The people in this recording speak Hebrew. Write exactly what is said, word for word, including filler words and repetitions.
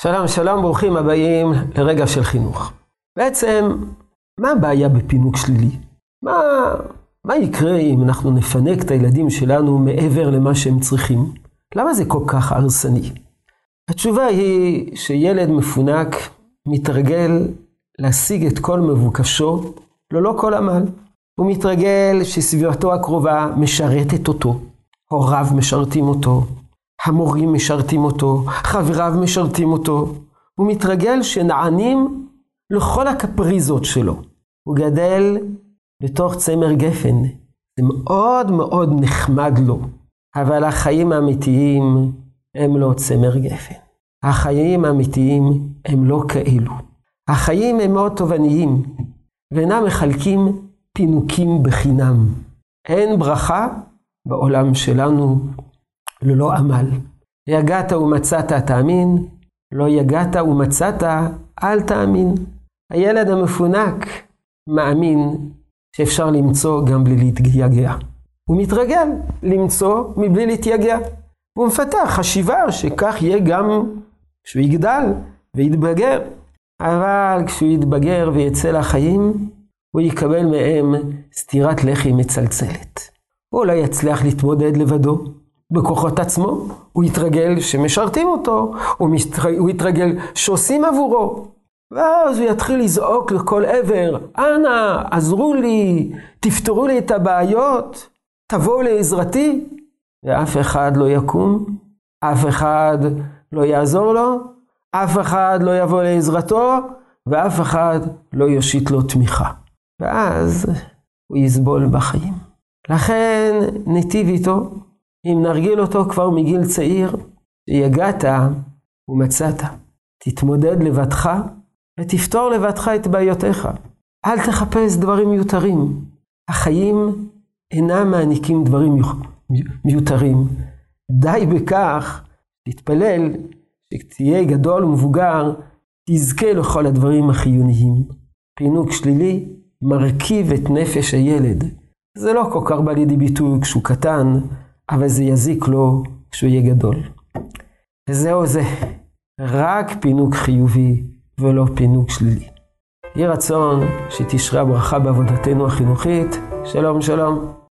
שלום, שלום, ברוכים הבאים לרגע של חינוך. בעצם, מה הבעיה בפינוק שלילי? מה, מה יקרה אם אנחנו נפנק את הילדים שלנו מעבר למה שהם צריכים? למה זה כל כך הרסני? התשובה היא שילד מפונק מתרגל להשיג את כל מבוקשו, ללא כל עמל. הוא מתרגל שסביבתו הקרובה משרתת אותו, הוריו משרתים אותו, המורים משרתים אותו, חבריו משרתים אותו. הוא מתרגל שנענים לכל הקפריזות שלו. הוא גדל בתוך צמר גפן. זה מאוד מאוד נחמד לו. אבל החיים האמיתיים הם לא צמר גפן. החיים האמיתיים הם לא כאלו. החיים הם מאוד תובעניים, ואינם מחלקים פינוקים בחינם. אין ברכה בעולם שלנו ללא עמל. יגעת ומצאת תאמין, לא יגעת ומצאת אל תאמין. הילד המפונק מאמין שאפשר למצוא גם בלי להתייגע. הוא מתרגל למצוא מבלי להתייגע. הוא מפתח חשיבה שכך יהיה גם כשהוא יגדל ויתבגר. אבל כשהוא יתבגר ויצא לחיים, הוא יקבל מהם סטירת לחי מצלצלת. הוא לא יצליח להתמודד לבדו. בכוחות עצמו, הוא יתרגל שמשרתים אותו, הוא, מתר... הוא יתרגל שעושים עבורו. ואז הוא יתחיל לזעוק לכל עבר, אנא, עזרו לי, תפתרו לי את הבעיות, תבואו לעזרתי. ואף אחד לא יקום, אף אחד לא יעזור לו, אף אחד לא יבוא לעזרתו, ואף אחד לא יושיט לו תמיכה. ואז הוא יסבול בחיים. לכן נטיב איתו, אם נרגיל אותו כבר מגיל צעיר, שיגעת ומצאת. תתמודד לבדך ותפתור לבדך את בעיותיך. אל תחפש דברים מיותרים. החיים אינם מעניקים דברים מיותרים. די בכך, תתפלל, שתהיה גדול ומבוגר, תזכה לכל הדברים החיוניים. פינוק שלילי מרכיב את נפש הילד. זה לא כל כך בא לידי ביטוי כשהוא קטן, אבל זה יזיק לו כשהוא יהיה גדול. וזהו זה, רק פינוק חיובי ולא פינוק שלילי. יהיה רצון שתשרה ברכה בעבודתנו החינוכית. שלום שלום.